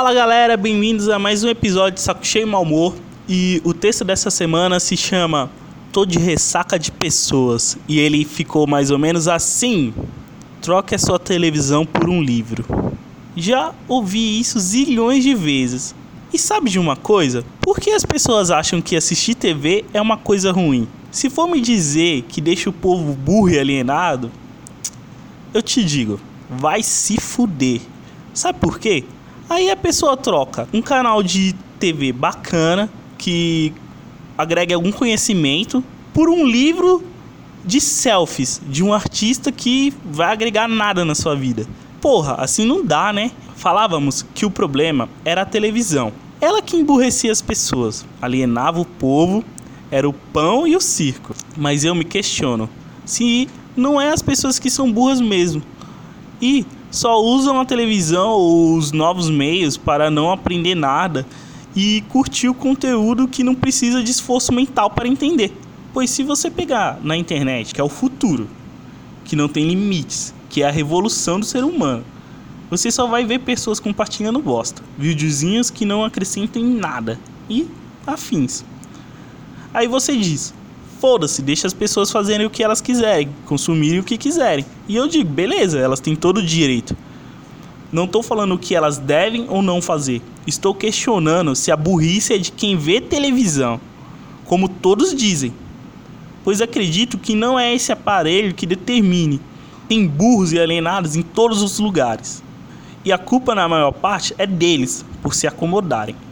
Fala galera, bem-vindos a mais um episódio de Saco Cheio e Mau Humor. E o texto dessa semana se chama Tô de ressaca de pessoas. E ele ficou mais ou menos assim: troque a sua televisão por um livro. Já ouvi isso zilhões de vezes. E sabe de uma coisa? Por que as pessoas acham que assistir TV é uma coisa ruim? Se for me dizer que deixa o povo burro e alienado, eu te digo, vai se fuder. Sabe por quê? Aí a pessoa troca um canal de TV bacana, que agrega algum conhecimento, por um livro de selfies de um artista que vai agregar nada na sua vida. Porra, assim não dá, né? Falávamos que o problema era a televisão. Ela que emburrecia as pessoas, alienava o povo, era o pão e o circo. Mas eu me questiono se não é as pessoas que são burras mesmo e só usam a televisão ou os novos meios para não aprender nada e curtir o conteúdo que não precisa de esforço mental para entender. Pois se você pegar na internet, que é o futuro, que não tem limites, que é a revolução do ser humano, você só vai ver pessoas compartilhando bosta, videozinhos que não acrescentam em nada e afins. Aí você diz: foda-se, deixa as pessoas fazerem o que elas quiserem, consumirem o que quiserem. E eu digo, beleza, elas têm todo o direito. Não estou falando o que elas devem ou não fazer. Estou questionando se a burrice é de quem vê televisão, como todos dizem. Pois acredito que não é esse aparelho que determine. Tem burros e alienados em todos os lugares. E a culpa, na maior parte, é deles, por se acomodarem.